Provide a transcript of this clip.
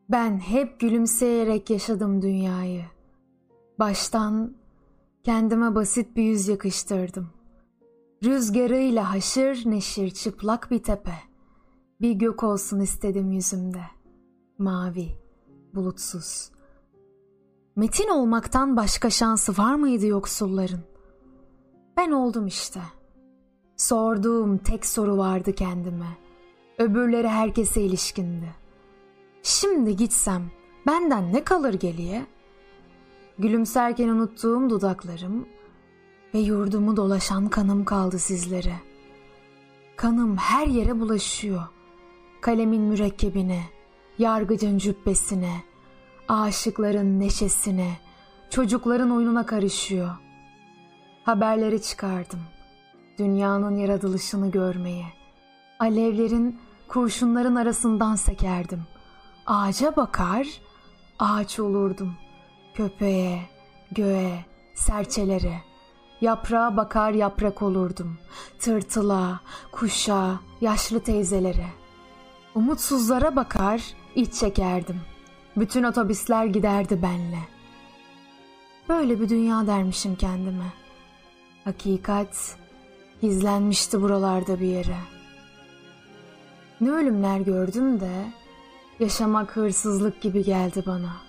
Ben hep gülümseyerek yaşadım dünyayı. Baştan kendime basit bir yüz yakıştırdım. Rüzgarıyla haşır neşir çıplak bir tepe. Bir gök olsun istedim yüzümde. Mavi, bulutsuz. Metin olmaktan başka şansı var mıydı yoksulların? Ben oldum işte. Sorduğum tek soru vardı kendime. Öbürleri herkese ilişkindi. Şimdi gitsem benden ne kalır geriye? Gülümserken unuttuğum dudaklarım ve yurdumu dolaşan kanım kaldı sizlere. Kanım her yere bulaşıyor. Kalemin mürekkebine, yargıcın cübbesine, aşıkların neşesine, çocukların oyununa karışıyor. Haberleri çıkardım, dünyanın yaratılışını görmeye. Alevlerin, kurşunların arasından sekerdim. Ağaca bakar, ağaç olurdum. Köpeğe, göğe, serçelere. Yaprağa bakar yaprak olurdum. Tırtıla, kuşa, yaşlı teyzelere. Umutsuzlara bakar, iç çekerdim. Bütün otobüsler giderdi benle. Böyle bir dünya dermişim kendime. Hakikat gizlenmişti buralarda bir yere. Ne ölümler gördüm de yaşamak hırsızlık gibi geldi bana.